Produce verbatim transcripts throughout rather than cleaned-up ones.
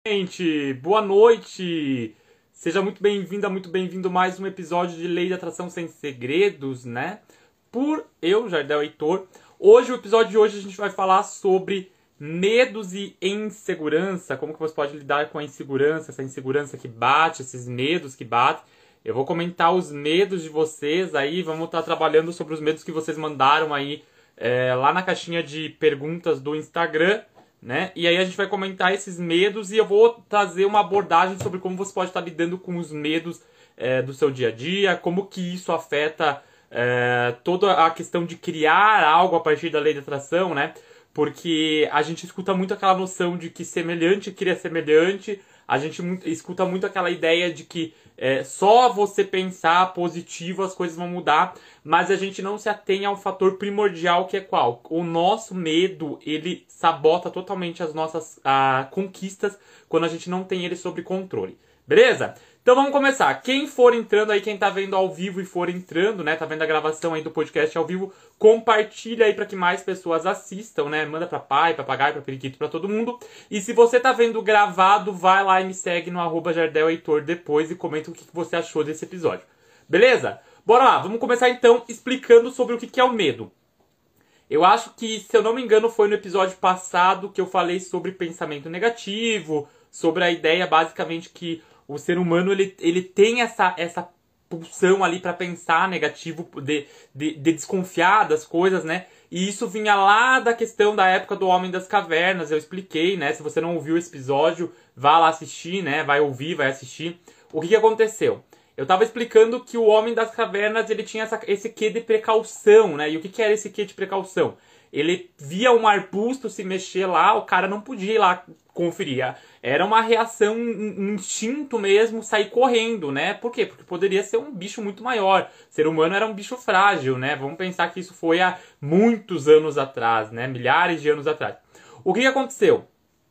Gente, boa noite! Seja muito bem-vinda, muito bem-vindo a mais um episódio de Lei de Atração Sem Segredos, né? Por eu, Jardel Heitor. Hoje, o episódio de hoje, a gente vai falar sobre medos e insegurança, como que você pode lidar com a insegurança, essa insegurança que bate, esses medos que batem. Eu vou comentar os medos de vocês aí, vamos estar trabalhando sobre os medos que vocês mandaram aí é, lá na caixinha de perguntas do Instagram. Né? E aí a gente vai comentar esses medos e eu vou trazer uma abordagem sobre como você pode estar lidando com os medos é, do seu dia a dia, como que isso afeta é, toda a questão de criar algo a partir da lei de atração, né? Porque a gente escuta muito aquela noção de que semelhante cria semelhante, a gente escuta muito aquela ideia de que é, só você pensar positivo as coisas vão mudar, mas a gente não se atém ao fator primordial que é qual? O nosso medo, ele sabota totalmente as nossas ah, conquistas quando a gente não tem ele sob controle. Beleza? Então vamos começar. Quem for entrando aí, quem tá vendo ao vivo e for entrando, né, tá vendo a gravação aí do podcast ao vivo, compartilha aí para que mais pessoas assistam, né? Manda pra pai, papagaio, pra periquito, pra todo mundo. E se você tá vendo gravado, vai lá e me segue no arroba Jardel Heitor depois e comenta o que você achou desse episódio. Beleza? Bora lá, vamos começar então explicando sobre o que é o medo. Eu acho que, se eu não me engano, foi no episódio passado que eu falei sobre pensamento negativo, sobre a ideia basicamente que o ser humano ele, ele tem essa, essa pulsão ali para pensar negativo, de, de, de desconfiar das coisas, né? E isso vinha lá da questão da época do Homem das Cavernas, eu expliquei, né? Se você não ouviu esse episódio, vá lá assistir, né? Vai ouvir, vai assistir. O que, que aconteceu? Eu estava explicando que o Homem das Cavernas ele tinha essa, esse quê de precaução, né? E o que, que era esse quê de precaução? Ele via um arbusto se mexer lá, o cara não podia ir lá conferir. Era uma reação, um instinto mesmo, sair correndo, né? Por quê? Porque poderia ser um bicho muito maior. O ser humano era um bicho frágil, né? Vamos pensar que isso foi há muitos anos atrás, né? Milhares de anos atrás. O que, que aconteceu?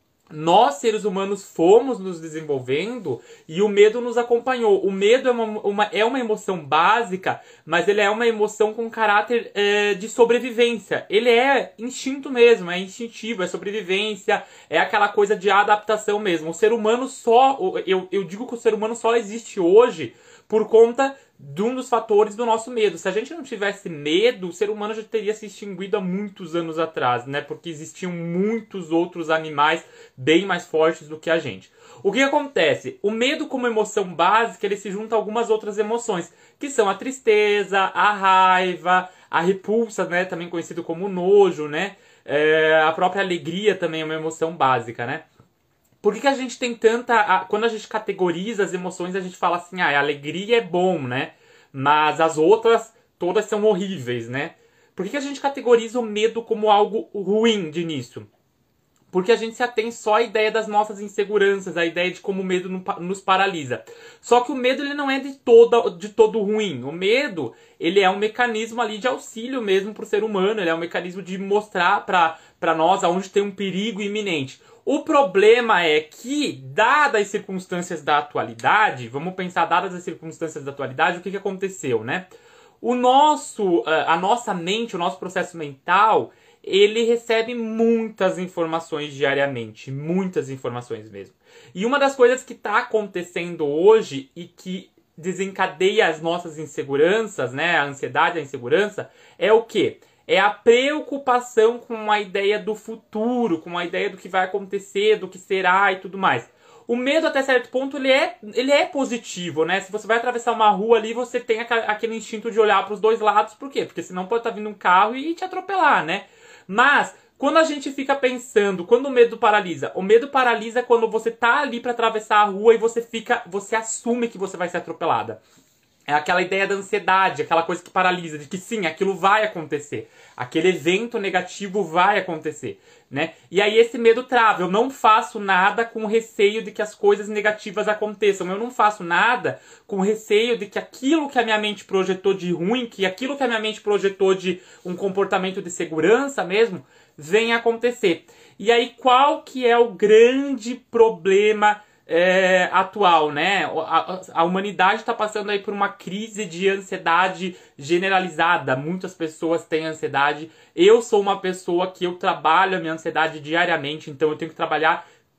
Nós, seres humanos, fomos nos desenvolvendo e o medo nos acompanhou. O medo é uma, uma, é uma emoção básica, mas ele é uma emoção com caráter é, de sobrevivência. Ele é instinto mesmo, é instintivo, é sobrevivência, é aquela coisa de adaptação mesmo. O ser humano só, eu, eu digo que o ser humano só existe hoje por conta de um dos fatores do nosso medo. Se a gente não tivesse medo, o ser humano já teria se extinguido há muitos anos atrás, né? Porque existiam muitos outros animais bem mais fortes do que a gente. O que acontece? O medo como emoção básica, ele se junta a algumas outras emoções, que são a tristeza, a raiva, a repulsa, né? Também conhecido como nojo, né? É, a própria alegria também é uma emoção básica, né? Por que, que a gente tem tanta... Quando a gente categoriza as emoções, a gente fala assim, ah, a alegria é bom, né? Mas as outras, todas são horríveis, né? Por que, que a gente categoriza o medo como algo ruim de início? Porque a gente se atém só à ideia das nossas inseguranças, à ideia de como o medo nos paralisa. Só que o medo ele não é de, toda, de todo ruim. O medo ele é um mecanismo ali de auxílio mesmo para o ser humano. Ele é um mecanismo de mostrar para nós aonde tem um perigo iminente. O problema é que, dadas as circunstâncias da atualidade, vamos pensar, dadas as circunstâncias da atualidade, o que, que aconteceu, né? O nosso, a nossa mente, o nosso processo mental, ele recebe muitas informações diariamente, muitas informações mesmo. E uma das coisas que está acontecendo hoje e que desencadeia as nossas inseguranças, né, a ansiedade, a insegurança, é o quê? É a preocupação com a ideia do futuro, com a ideia do que vai acontecer, do que será e tudo mais. O medo, até certo ponto, ele é, ele é positivo, né? Se você vai atravessar uma rua ali, você tem aquele instinto de olhar para os dois lados. Por quê? Porque senão pode estar vindo um carro e te atropelar, né? Mas, quando a gente fica pensando, quando o medo paralisa? O medo paralisa quando você tá ali para atravessar a rua e você fica, você assume que você vai ser atropelada. É aquela ideia da ansiedade, aquela coisa que paralisa, de que sim, aquilo vai acontecer. Aquele evento negativo vai acontecer, né? E aí esse medo trava. Eu não faço nada com receio de que as coisas negativas aconteçam. Eu não faço nada com receio de que aquilo que a minha mente projetou de ruim, que aquilo que a minha mente projetou de um comportamento de segurança mesmo, venha acontecer. E aí qual que é o grande problema É, atual, né? A, a humanidade está passando aí por uma crise de ansiedade generalizada. Muitas pessoas têm ansiedade. Eu sou uma pessoa que eu trabalho a minha ansiedade diariamente, então eu tenho que trabalhar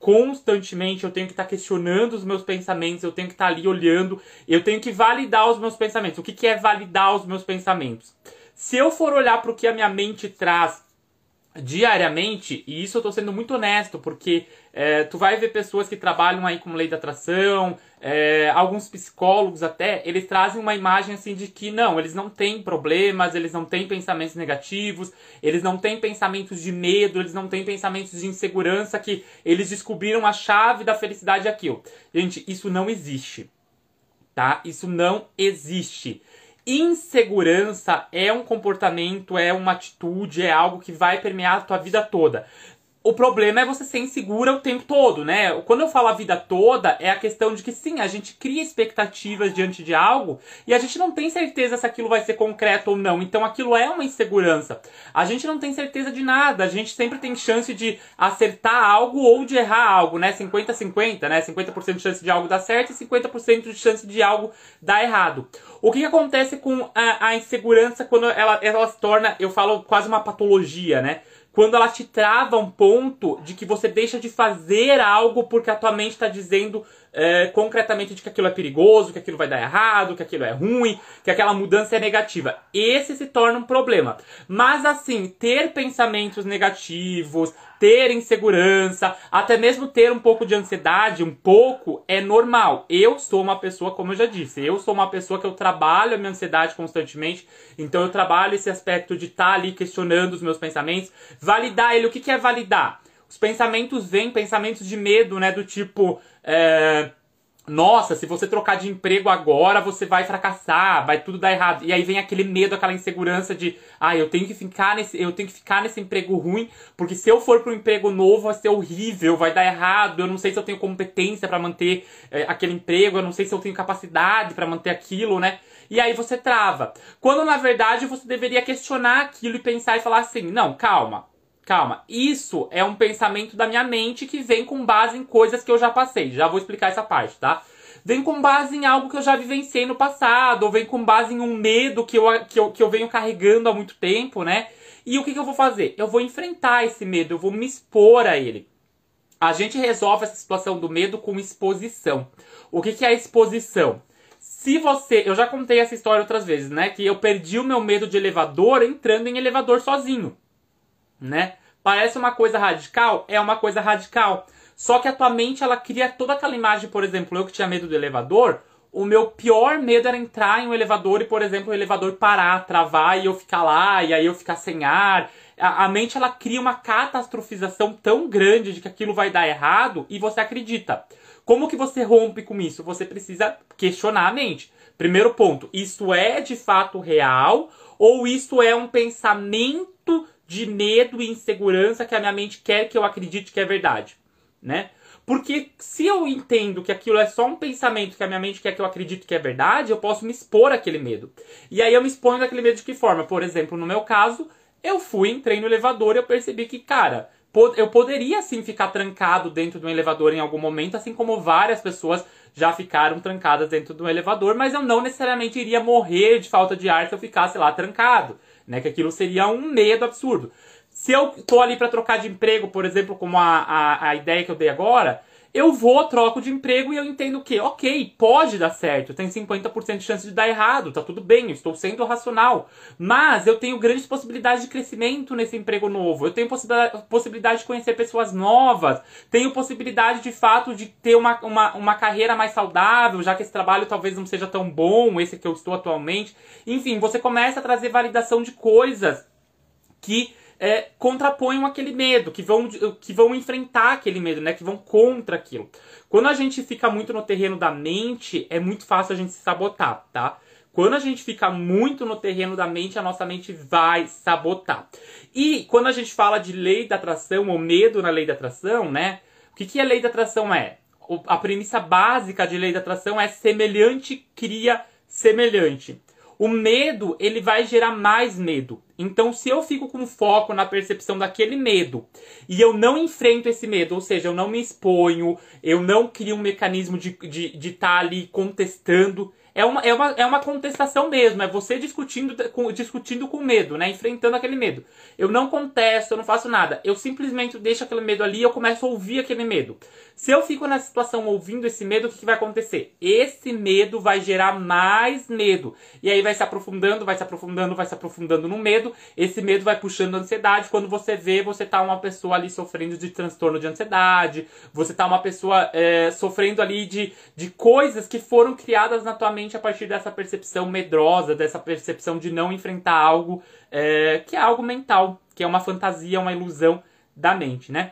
constantemente, eu tenho que estar questionando os meus pensamentos, eu tenho que estar ali olhando, eu tenho que validar os meus pensamentos. O que, que é validar os meus pensamentos? Se eu for olhar para o que a minha mente traz diariamente, e isso eu tô sendo muito honesto, porque é, tu vai ver pessoas que trabalham aí com lei da atração, é, alguns psicólogos até, eles trazem uma imagem assim de que não, eles não têm problemas, eles não têm pensamentos negativos, eles não têm pensamentos de medo, eles não têm pensamentos de insegurança, que eles descobriram a chave da felicidade aquilo. Gente, isso não existe, tá? Isso não existe. Insegurança é um comportamento, é uma atitude, é algo que vai permear a tua vida toda. O problema é você ser insegura o tempo todo, né? Quando eu falo a vida toda, é a questão de que sim, a gente cria expectativas diante de algo e a gente não tem certeza se aquilo vai ser concreto ou não. Então aquilo é uma insegurança. A gente não tem certeza de nada, a gente sempre tem chance de acertar algo ou de errar algo, né? cinquenta a cinquenta, né? cinquenta por cento de chance de algo dar certo e cinquenta por cento de chance de algo dar errado. O que, que acontece com a, a insegurança quando ela, ela se torna, eu falo, quase uma patologia, né? Quando ela te trava um ponto de que você deixa de fazer algo porque a tua mente está dizendo é, concretamente de que aquilo é perigoso, que aquilo vai dar errado, que aquilo é ruim, que aquela mudança é negativa. Esse se torna um problema. Mas assim, ter pensamentos negativos, ter insegurança, até mesmo ter um pouco de ansiedade, um pouco, é normal. Eu sou uma pessoa, como eu já disse, eu sou uma pessoa que eu trabalho a minha ansiedade constantemente, então eu trabalho esse aspecto de estar ali questionando os meus pensamentos, validar ele. O que, que é validar? Os pensamentos vêm, pensamentos de medo, né, do tipo... É... Nossa, se você trocar de emprego agora, você vai fracassar, vai tudo dar errado. E aí vem aquele medo, aquela insegurança de, ah, eu tenho que ficar nesse, eu tenho que ficar nesse emprego ruim, porque se eu for para um emprego novo vai ser horrível, vai dar errado, eu não sei se eu tenho competência para manter é, aquele emprego, eu não sei se eu tenho capacidade para manter aquilo, né? E aí você trava. Quando na verdade você deveria questionar aquilo e pensar e falar assim, não, calma. Calma, isso é um pensamento da minha mente que vem com base em coisas que eu já passei. Já vou explicar essa parte, tá? Vem com base em algo que eu já vivenciei no passado, ou vem com base em um medo que eu, que eu, que eu venho carregando há muito tempo, né? E o que, que eu vou fazer? Eu vou enfrentar esse medo, eu vou me expor a ele. A gente resolve essa situação do medo com exposição. O que, que é a exposição? Se você... Eu já contei essa história outras vezes, né? Que eu perdi o meu medo de elevador entrando em elevador sozinho. Né? Parece uma coisa radical? É uma coisa radical. Só que a tua mente, ela cria toda aquela imagem, por exemplo, eu que tinha medo do elevador, o meu pior medo era entrar em um elevador e, por exemplo, o elevador parar, travar e eu ficar lá, e aí eu ficar sem ar. A, a mente, ela cria uma catastrofização tão grande de que aquilo vai dar errado e você acredita. Como que você rompe com isso? Você precisa questionar a mente. Primeiro ponto, isso é de fato real ou isso é um pensamento de medo e insegurança que a minha mente quer que eu acredite que é verdade, né? Porque se eu entendo que aquilo é só um pensamento que a minha mente quer que eu acredite que é verdade, eu posso me expor àquele medo. E aí eu me exponho àquele medo de que forma? Por exemplo, no meu caso, eu fui, entrei no elevador e eu percebi que, cara, eu poderia sim ficar trancado dentro de um elevador em algum momento, assim como várias pessoas já ficaram trancadas dentro de um elevador, mas eu não necessariamente iria morrer de falta de ar se eu ficasse lá trancado. Né, que aquilo seria um medo absurdo. Se eu tô ali para trocar de emprego, por exemplo, como a, a, a ideia que eu dei agora, eu vou, troco de emprego e eu entendo que, ok, pode dar certo, tem cinquenta por cento de chance de dar errado, tá tudo bem, eu estou sendo racional. Mas eu tenho grandes possibilidades de crescimento nesse emprego novo, eu tenho possibilidade, possibilidade de conhecer pessoas novas, tenho possibilidade de fato de ter uma, uma, uma carreira mais saudável, já que esse trabalho talvez não seja tão bom, esse que eu estou atualmente. Enfim, você começa a trazer validação de coisas que... É, contraponham aquele medo, que vão, que vão enfrentar aquele medo, né? Que vão contra aquilo. Quando a gente fica muito no terreno da mente, é muito fácil a gente se sabotar, tá? Quando a gente fica muito no terreno da mente, a nossa mente vai sabotar. E quando a gente fala de lei da atração, ou medo na lei da atração, né? O que, que a lei da atração é? A premissa básica de lei da atração é semelhante cria semelhante. O medo, ele vai gerar mais medo. Então, se eu fico com foco na percepção daquele medo e eu não enfrento esse medo, ou seja, eu não me exponho, eu não crio um mecanismo de estar de, de tá ali contestando, É uma, é uma, é uma contestação mesmo, é você discutindo com, discutindo com medo, né? Enfrentando aquele medo. Eu não contesto, eu não faço nada. Eu simplesmente deixo aquele medo ali e eu começo a ouvir aquele medo. Se eu fico nessa situação ouvindo esse medo, o que, que vai acontecer? Esse medo vai gerar mais medo. E aí vai se aprofundando, vai se aprofundando, vai se aprofundando no medo. Esse medo vai puxando a ansiedade. Quando você vê, você tá uma pessoa ali sofrendo de transtorno de ansiedade. Você tá uma pessoa é, sofrendo ali de, de coisas que foram criadas na tua mente a partir dessa percepção medrosa, dessa percepção de não enfrentar algo é, que é algo mental, que é uma fantasia, uma ilusão da mente, né?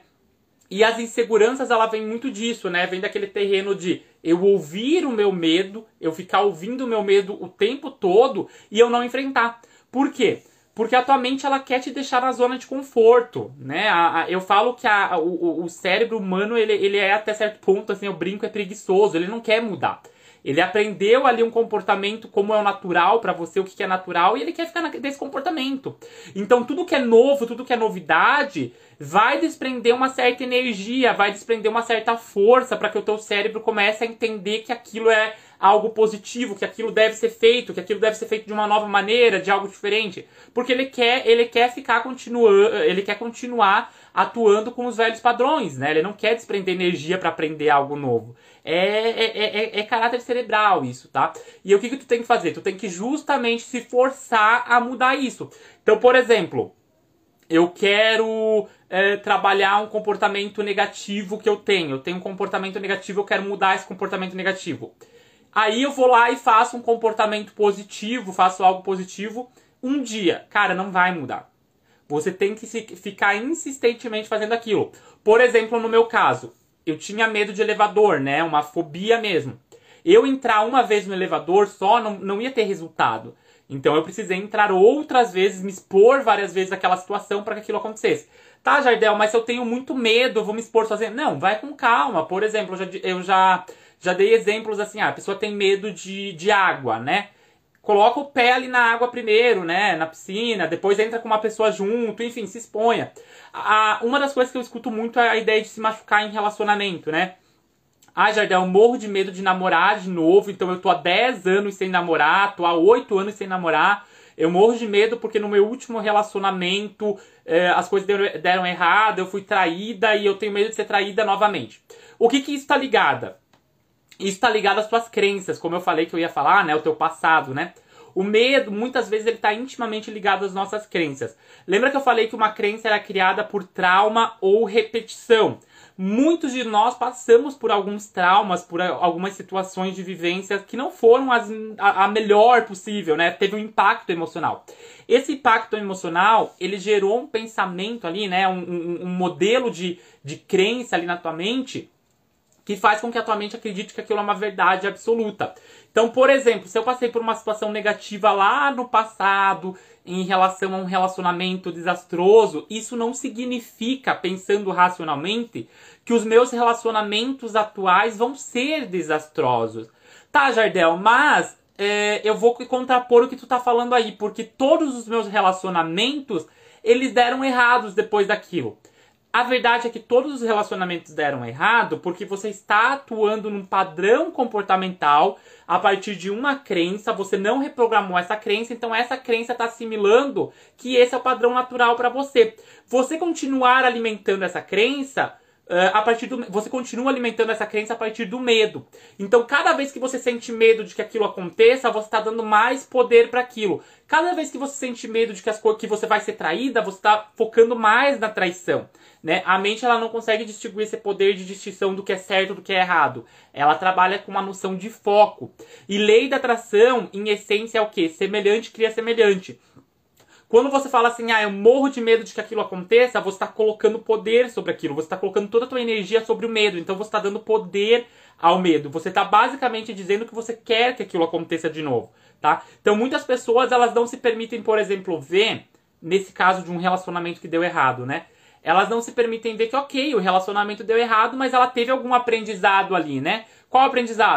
E as inseguranças, ela vem muito disso, né? Vem daquele terreno de eu ouvir o meu medo, eu ficar ouvindo o meu medo o tempo todo e eu não enfrentar. Por quê? Porque a tua mente, ela quer te deixar na zona de conforto, né? A, a, eu falo que a, o, o cérebro humano, ele, ele é até certo ponto, assim, eu brinco, é preguiçoso, ele não quer mudar. Ele aprendeu ali um comportamento como é o natural pra você, o que é natural, e ele quer ficar nesse comportamento. Então tudo que é novo, tudo que é novidade, vai desprender uma certa energia, vai desprender uma certa força para que o teu cérebro comece a entender que aquilo é algo positivo, que aquilo deve ser feito, que aquilo deve ser feito de uma nova maneira, de algo diferente. Porque ele quer, ele quer ficar continuando, ele quer continuar atuando com os velhos padrões, né? Ele não quer desprender energia para aprender algo novo. É, é, é, é caráter cerebral isso, tá? E o que, que tu tem que fazer? Tu tem que justamente se forçar a mudar isso. Então, por exemplo, eu quero é, trabalhar um comportamento negativo que eu tenho. Eu tenho um comportamento negativo, eu quero mudar esse comportamento negativo. Aí eu vou lá e faço um comportamento positivo, faço algo positivo um dia. Cara, não vai mudar. Você tem que ficar insistentemente fazendo aquilo. Por exemplo, no meu caso, eu tinha medo de elevador, né? Uma fobia mesmo. Eu entrar uma vez no elevador só não, não ia ter resultado. Então eu precisei entrar outras vezes, me expor várias vezes àquela situação para que aquilo acontecesse. Tá, Jardel, mas se eu tenho muito medo, eu vou me expor sozinho. Não, vai com calma. Por exemplo, eu já, eu já, já dei exemplos assim, ah, a pessoa tem medo de, de água, né? Coloca o pé ali na água primeiro, né? Na piscina, depois entra com uma pessoa junto, enfim, se exponha. A, uma das coisas que eu escuto muito é a ideia de se machucar em relacionamento, né? Ah, Jardel, eu morro de medo de namorar de novo, então eu tô há dez anos sem namorar, tô há oito anos sem namorar. Eu morro de medo porque no meu último relacionamento eh, as coisas deram, deram errado, eu fui traída e eu tenho medo de ser traída novamente. O que que isso tá ligado? Isso tá ligado às tuas crenças, como eu falei que eu ia falar, né? O teu passado, né? O medo, muitas vezes, ele tá intimamente ligado às nossas crenças. Lembra que eu falei que uma crença era criada por trauma ou repetição? Muitos de nós passamos por alguns traumas, por algumas situações de vivência que não foram as, a, a melhor possível, né? Teve um impacto emocional. Esse impacto emocional, ele gerou um pensamento ali, né? Um, um, um modelo de, de crença ali na tua mente que faz com que a tua mente acredite que aquilo é uma verdade absoluta. Então, por exemplo, se eu passei por uma situação negativa lá no passado, em relação a um relacionamento desastroso, isso não significa, pensando racionalmente, que os meus relacionamentos atuais vão ser desastrosos. Tá, Jardel, mas é, eu vou contrapor o que tu tá falando aí, porque todos os meus relacionamentos, eles deram errados depois daquilo. A verdade é que todos os relacionamentos deram errado porque você está atuando num padrão comportamental a partir de uma crença, você não reprogramou essa crença, então essa crença está assimilando que esse é o padrão natural para você. Você continuar alimentando essa crença, uh, a partir do, você continua alimentando essa crença a partir do medo. Então cada vez que você sente medo de que aquilo aconteça, você está dando mais poder para aquilo. Cada vez que você sente medo de que, as, que você vai ser traída, você está focando mais na traição. Né? A mente ela não consegue distinguir esse poder de distinção do que é certo do que é errado. Ela trabalha com uma noção de foco. E lei da atração, em essência, é o quê? Semelhante cria semelhante. Quando você fala assim, ah, eu morro de medo de que aquilo aconteça, você está colocando poder sobre aquilo. Você está colocando toda a tua energia sobre o medo. Então você está dando poder ao medo. Você está basicamente dizendo que você quer que aquilo aconteça de novo. Tá? Então muitas pessoas elas não se permitem, por exemplo, ver, nesse caso de um relacionamento que deu errado, né? Elas não se permitem ver que, ok, o relacionamento deu errado, mas ela teve algum aprendizado ali, né? Qual aprendizado?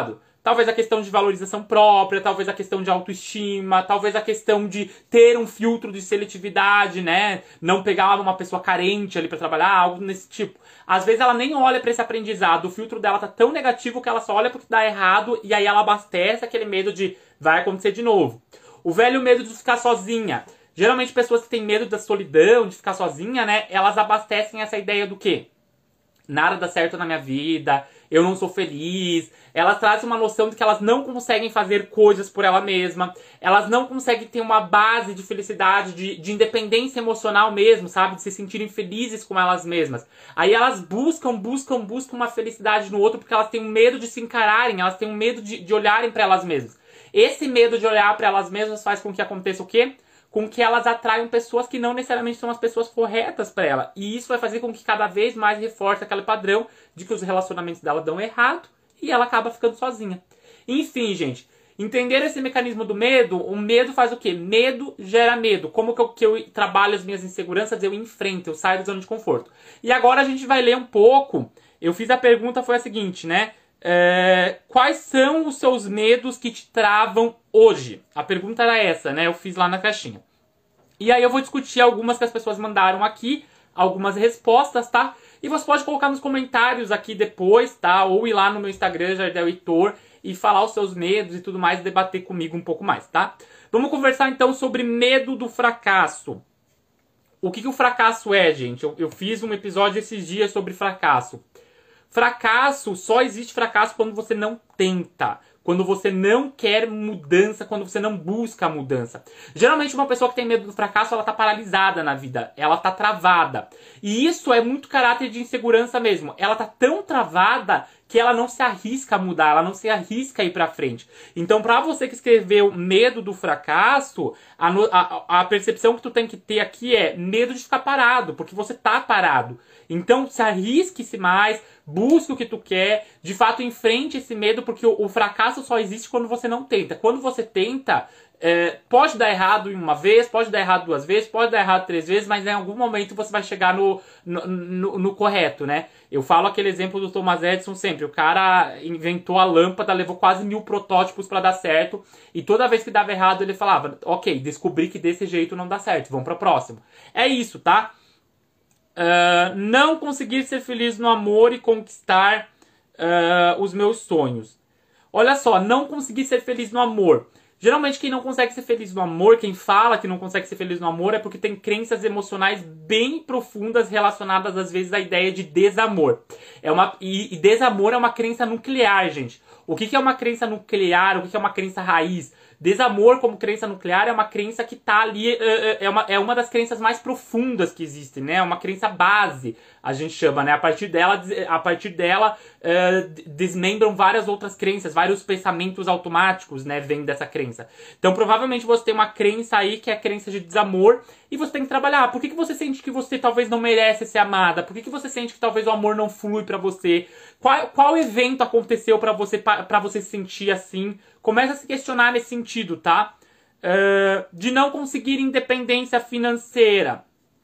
Talvez a questão de valorização própria, talvez a questão de autoestima, talvez a questão de ter um filtro de seletividade, né? Não pegar uma pessoa carente ali pra trabalhar, algo nesse tipo. Às vezes ela nem olha pra esse aprendizado, o filtro dela tá tão negativo que ela só olha porque dá errado e aí ela abastece aquele medo de vai acontecer de novo. O velho medo de ficar sozinha. Geralmente pessoas que têm medo da solidão, de ficar sozinha, né? Elas abastecem essa ideia do quê? Nada dá certo na minha vida, eu não sou feliz. Elas trazem uma noção de que elas não conseguem fazer coisas por ela mesma. Elas não conseguem ter uma base de felicidade, de, de independência emocional mesmo, sabe? De se sentirem felizes com elas mesmas. Aí elas buscam, buscam, buscam uma felicidade no outro porque elas têm um medo de se encararem, elas têm um medo de, de olharem para elas mesmas. Esse medo de olhar para elas mesmas faz com que aconteça o quê? Com que elas atraiam pessoas que não necessariamente são as pessoas corretas para ela. E isso vai fazer com que cada vez mais reforce aquele padrão de que os relacionamentos dela dão errado e ela acaba ficando sozinha. Enfim, gente, entender esse mecanismo do medo, o medo faz o quê? Medo gera medo. Como que eu, que eu trabalho as minhas inseguranças, eu enfrento, eu saio da zona de conforto. E agora a gente vai ler um pouco. Eu fiz a pergunta, foi a seguinte, né? É, quais são os seus medos que te travam hoje? A pergunta era essa, né? Eu fiz lá na caixinha. E aí eu vou discutir algumas que as pessoas mandaram aqui, algumas respostas, tá? E você pode colocar nos comentários aqui depois, tá? Ou ir lá no meu Instagram, Jardel Heitor, e falar os seus medos e tudo mais, debater comigo um pouco mais, tá? Vamos conversar então sobre medo do fracasso. O que, que o fracasso é, gente? Eu, eu fiz um episódio esses dias sobre fracasso. Fracasso, só existe fracasso quando você não tenta. Quando você não quer mudança, quando você não busca a mudança. Geralmente uma pessoa que tem medo do fracasso, ela tá paralisada na vida. Ela tá travada. E isso é muito caráter de insegurança mesmo. Ela tá tão travada que ela não se arrisca a mudar, ela não se arrisca a ir pra frente. Então, pra você que escreveu medo do fracasso, a, a, a percepção que tu tem que ter aqui é medo de ficar parado, porque você tá parado. Então, se arrisque-se mais, busque o que tu quer, de fato enfrente esse medo, porque o, o fracasso só existe quando você não tenta. Quando você tenta, é, pode dar errado uma vez, pode dar errado duas vezes, pode dar errado três vezes, mas em algum momento você vai chegar no, no, no, no correto, né? Eu falo aquele exemplo do Thomas Edison sempre. O cara inventou a lâmpada, levou quase mil protótipos para dar certo, e toda vez que dava errado ele falava, ok, descobri que desse jeito não dá certo, vamos para o próximo. É isso, tá? Uh, não conseguir ser feliz no amor e conquistar uh, os meus sonhos. Olha só, não conseguir ser feliz no amor. Geralmente quem não consegue ser feliz no amor, quem fala que não consegue ser feliz no amor, é porque tem crenças emocionais bem profundas relacionadas às vezes à ideia de desamor. É uma, e, e desamor é uma crença nuclear, gente. O que, que é uma crença nuclear? O que, que é uma crença raiz? Desamor como crença nuclear é uma crença que tá ali, é uma, é uma das crenças mais profundas que existem, né? É uma crença base, a gente chama, né? A partir dela, a partir dela uh, desmembram várias outras crenças, vários pensamentos automáticos, né? Vêm dessa crença. Então, provavelmente você tem uma crença aí que é a crença de desamor e você tem que trabalhar. Por que, que você sente que você talvez não merece ser amada? Por que, que você sente que talvez o amor não flui pra você? Qual, qual evento aconteceu pra você, pra você se sentir assim? Começa a se questionar nesse sentido, tá? Uh, de não conseguir independência financeira.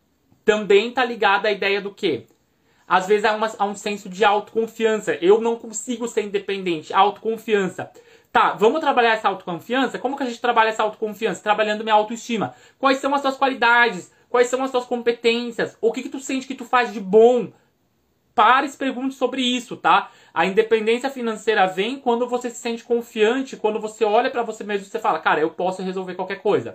Também tá ligada à ideia do quê? Às vezes há, uma, há um senso de autoconfiança. Eu não consigo ser independente. Autoconfiança. Tá, vamos trabalhar essa autoconfiança? Como que a gente trabalha essa autoconfiança? Trabalhando minha autoestima. Quais são as suas qualidades? Quais são as suas competências? O que que tu sente que tu faz de bom? Pare e se pergunte sobre isso, tá? A independência financeira vem quando você se sente confiante, quando você olha pra você mesmo e você fala, cara, eu posso resolver qualquer coisa.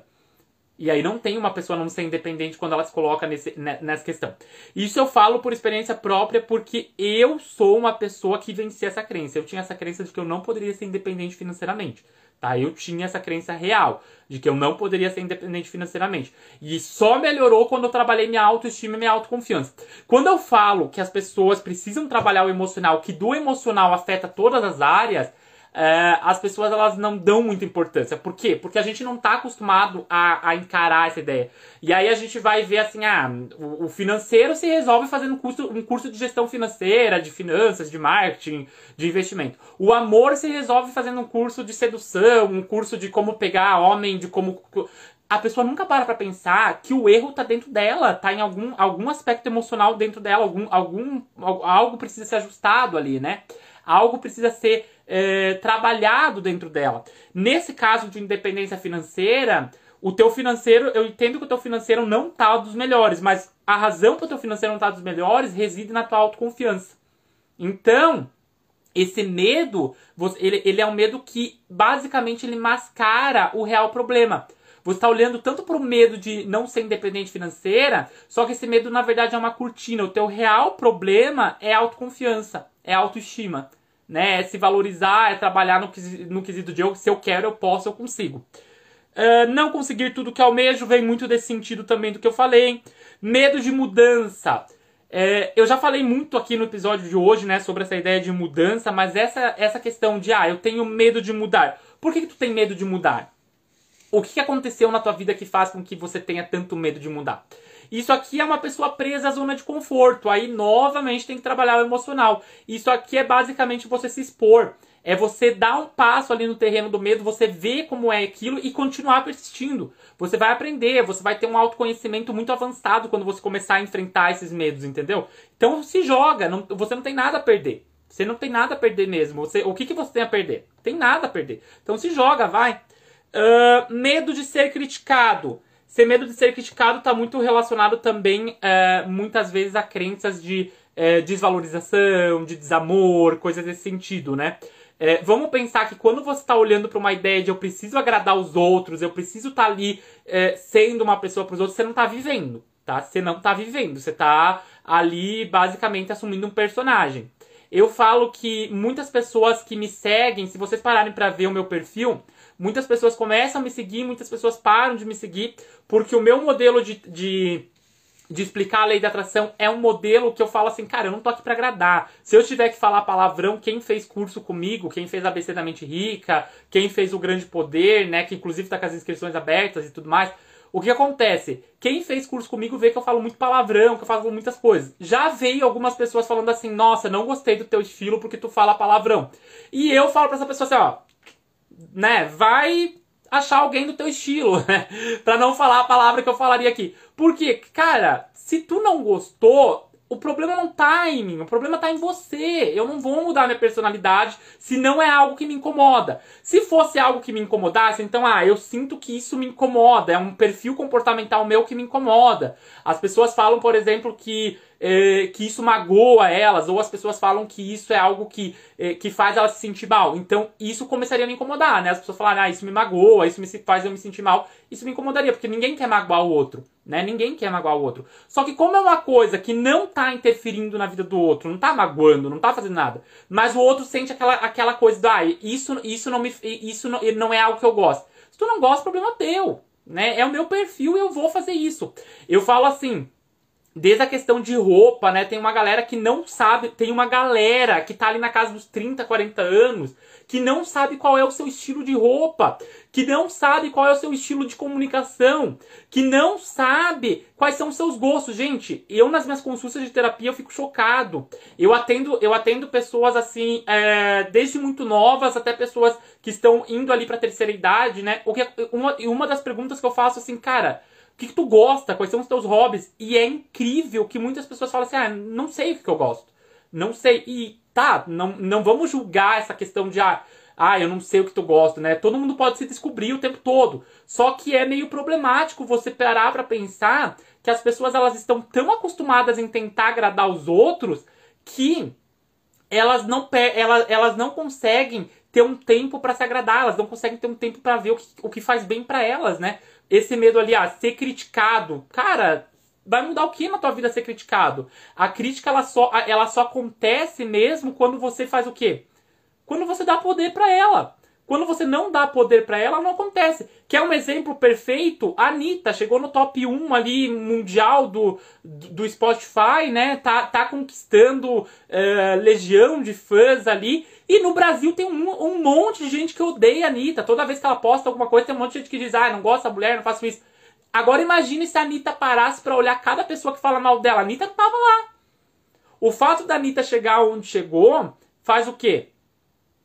E aí não tem uma pessoa não ser independente quando ela se coloca nesse, nessa questão. Isso eu falo por experiência própria, porque eu sou uma pessoa que venci essa crença. Eu tinha essa crença de que eu não poderia ser independente financeiramente. Tá? Eu tinha essa crença real, de que eu não poderia ser independente financeiramente. E só melhorou quando eu trabalhei minha autoestima e minha autoconfiança. Quando eu falo que as pessoas precisam trabalhar o emocional, que do emocional afeta todas as áreas, é, as pessoas elas não dão muita importância. Por quê? Porque a gente não está acostumado a, a encarar essa ideia. E aí a gente vai ver assim, ah, o, o financeiro se resolve fazendo um curso, um curso de gestão financeira, de finanças, de marketing, de investimento. O amor se resolve fazendo um curso de sedução, um curso de como pegar homem, de como... A pessoa nunca para pra pensar que o erro tá dentro dela, tá em algum, algum aspecto emocional dentro dela, algum, algum, algo precisa ser ajustado ali, né? Algo precisa ser é, trabalhado dentro dela. Nesse caso de independência financeira, o teu financeiro, eu entendo que o teu financeiro não tá dos melhores, mas a razão para o teu financeiro não tá dos melhores reside na tua autoconfiança. Então, esse medo, ele, ele é um medo que basicamente ele mascara o real problema. Você está olhando tanto para o medo de não ser independente financeira, só que esse medo na verdade é uma cortina. O teu real problema é autoconfiança, é autoestima, né? É se valorizar, é trabalhar no, no quesito de eu, se eu quero, eu posso, eu consigo. Uh, não conseguir tudo que almejo vem muito desse sentido também do que eu falei. Medo de mudança. É, eu já falei muito aqui no episódio de hoje, né, sobre essa ideia de mudança, mas essa, essa questão de, ah, eu tenho medo de mudar. Por que que tu tem medo de mudar? O que aconteceu na tua vida que faz com que você tenha tanto medo de mudar? Isso aqui é uma pessoa presa à zona de conforto. Aí, novamente, tem que trabalhar o emocional. Isso aqui é basicamente você se expor. É você dar um passo ali no terreno do medo, você ver como é aquilo e continuar persistindo. Você vai aprender, você vai ter um autoconhecimento muito avançado quando você começar a enfrentar esses medos, entendeu? Então, se joga. Não, você não tem nada a perder. Você não tem nada a perder mesmo. Você, o que, que você tem a perder? Tem nada a perder. Então, se joga, vai. Uh, medo de ser criticado. Ser medo de ser criticado está muito relacionado também, uh, muitas vezes, a crenças de uh, desvalorização, de desamor, coisas desse sentido, né? Uh, vamos pensar que quando você está olhando para uma ideia de eu preciso agradar os outros, eu preciso estar tá ali uh, sendo uma pessoa para os outros, você não está vivendo, tá? Você não está vivendo, você está ali basicamente assumindo um personagem. Eu falo que muitas pessoas que me seguem, se vocês pararem para ver o meu perfil, muitas pessoas começam a me seguir, muitas pessoas param de me seguir, porque o meu modelo de, de, de explicar a lei da atração é um modelo que eu falo assim, cara, eu não tô aqui pra agradar. Se eu tiver que falar palavrão, quem fez curso comigo, quem fez A B C da Mente Rica, quem fez o Grande Poder, né, que inclusive tá com as inscrições abertas e tudo mais, o que acontece? Quem fez curso comigo vê que eu falo muito palavrão, que eu falo muitas coisas. Já veio algumas pessoas falando assim, nossa, não gostei do teu estilo porque tu fala palavrão. E eu falo pra essa pessoa assim, ó, né, vai achar alguém do teu estilo, né, pra não falar a palavra que eu falaria aqui. Porque, cara, se tu não gostou, o problema não tá em mim, o problema tá em você. Eu não vou mudar minha personalidade se não é algo que me incomoda. Se fosse algo que me incomodasse, então, ah, eu sinto que isso me incomoda, é um perfil comportamental meu que me incomoda. As pessoas falam, por exemplo, que, eh, que isso magoa elas, ou as pessoas falam que isso é algo que, eh, que faz elas se sentir mal. Então, isso começaria a me incomodar, né? As pessoas falarem, ah, isso me magoa, isso me faz eu me sentir mal. Isso me incomodaria, porque ninguém quer magoar o outro, né? Ninguém quer magoar o outro. Só que como é uma coisa que não tá interferindo na vida do outro, não tá magoando, não tá fazendo nada, mas o outro sente aquela, aquela coisa de, ah, isso, isso, não, me, isso não, não é algo que eu gosto. Se tu não gosta, problema é teu, né? É o meu perfil e eu vou fazer isso. Eu falo assim, desde a questão de roupa, né? Tem uma galera que não sabe, tem uma galera que tá ali na casa dos trinta, quarenta anos, que não sabe qual é o seu estilo de roupa, que não sabe qual é o seu estilo de comunicação, que não sabe quais são os seus gostos. Gente, eu nas minhas consultas de terapia eu fico chocado. Eu atendo, eu atendo pessoas assim, é, desde muito novas até pessoas que estão indo ali pra terceira idade, né? O que, uma, uma das perguntas que eu faço assim, cara, o que, que tu gosta? Quais são os teus hobbies? E é incrível que muitas pessoas falam assim, ah, não sei o que, que eu gosto. Não sei. E tá, não, não vamos julgar essa questão de, ah, ah, eu não sei o que tu gosta, né? Todo mundo pode se descobrir o tempo todo. Só que é meio problemático você parar pra pensar que as pessoas elas estão tão acostumadas em tentar agradar os outros que elas não, elas, elas não conseguem ter um tempo pra se agradar, elas não conseguem ter um tempo pra ver o que, o que faz bem pra elas, né? Esse medo ali, ah, ser criticado. Cara, vai mudar o que na tua vida ser criticado? A crítica, ela só, ela só acontece mesmo quando você faz o quê? Quando você dá poder pra ela. Quando você não dá poder pra ela, não acontece. Quer um exemplo perfeito? A Anitta chegou no top um ali, mundial do, do Spotify, né? Tá, tá conquistando uh, legião de fãs ali. E no Brasil tem um, um monte de gente que odeia a Anitta. Toda vez que ela posta alguma coisa, tem um monte de gente que diz, ah, não gosto da mulher, não faço isso. Agora imagine se a Anitta parasse pra olhar cada pessoa que fala mal dela. A Anitta não tava lá. O fato da Anitta chegar onde chegou faz o quê?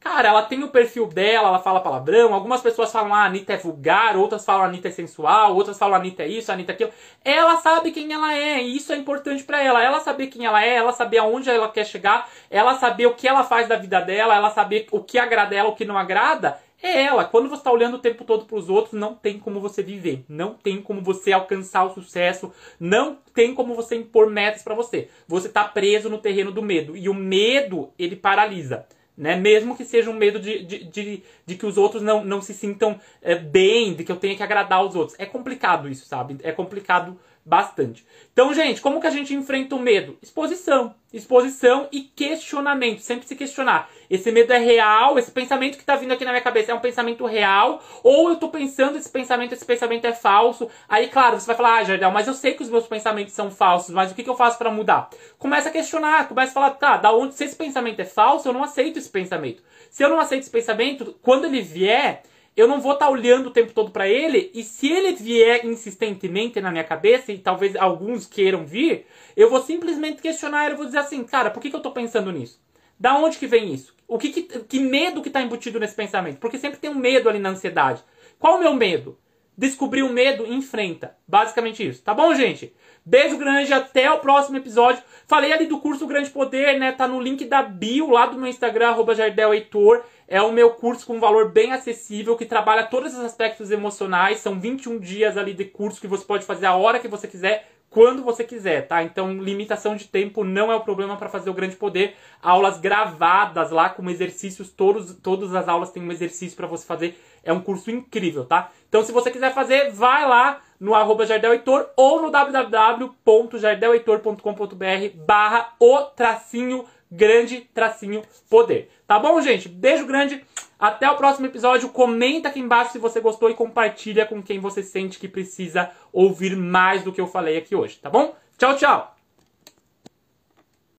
Cara, ela tem o perfil dela, ela fala palavrão, algumas pessoas falam, ah, a Anitta é vulgar, outras falam, a Anitta é sensual, outras falam, a Anitta é isso, a Anitta é aquilo. Ela sabe quem ela é, e isso é importante pra ela. Ela saber quem ela é, ela saber aonde ela quer chegar, ela saber o que ela faz da vida dela, ela saber o que agrada ela, o que não agrada, é ela. Quando você tá olhando o tempo todo pros outros, não tem como você viver, não tem como você alcançar o sucesso, não tem como você impor metas pra você. Você tá preso no terreno do medo, e o medo, ele paralisa. Né? Mesmo que seja um medo de, de, de, de que os outros não, não se sintam é, bem, de que eu tenha que agradar os outros. É complicado isso, sabe? É complicado bastante. Então, gente, como que a gente enfrenta o medo? Exposição. Exposição e questionamento. Sempre se questionar. Esse medo é real? Esse pensamento que tá vindo aqui na minha cabeça é um pensamento real? Ou eu tô pensando esse pensamento, esse pensamento é falso? Aí, claro, você vai falar, ah, Jardel, mas eu sei que os meus pensamentos são falsos, mas o que, que eu faço pra mudar? Começa a questionar, começa a falar, tá, da onde, se esse pensamento é falso, eu não aceito esse pensamento. Se eu não aceito esse pensamento, quando ele vier, eu não vou estar olhando o tempo todo pra ele, e se ele vier insistentemente na minha cabeça, e talvez alguns queiram vir, eu vou simplesmente questionar ele, eu vou dizer assim, cara, por que, que eu tô pensando nisso? Da onde que vem isso? O que, que, que medo que tá embutido nesse pensamento? Porque sempre tem um medo ali na ansiedade. Qual o meu medo? Descobrir o medo, enfrenta. Basicamente isso. Tá bom, gente? Beijo grande, até o próximo episódio. Falei ali do curso Grande Poder, né? Tá no link da bio lá do meu Instagram, arroba Jardel Heitor. É o meu curso com um valor bem acessível, que trabalha todos os aspectos emocionais. São vinte e um dias ali de curso que você pode fazer a hora que você quiser, quando você quiser, tá? Então, limitação de tempo não é o problema para fazer o Grande Poder. Aulas gravadas lá com exercícios, todos, todas as aulas têm um exercício para você fazer. É um curso incrível, tá? Então, se você quiser fazer, vai lá no arroba Jardel Heitor ou no w w w ponto jardel heitor ponto com ponto b r barra o tracinho grande tracinho poder. Tá bom, gente? Beijo grande. Até o próximo episódio. Comenta aqui embaixo se você gostou e compartilha com quem você sente que precisa ouvir mais do que eu falei aqui hoje, tá bom? Tchau, tchau!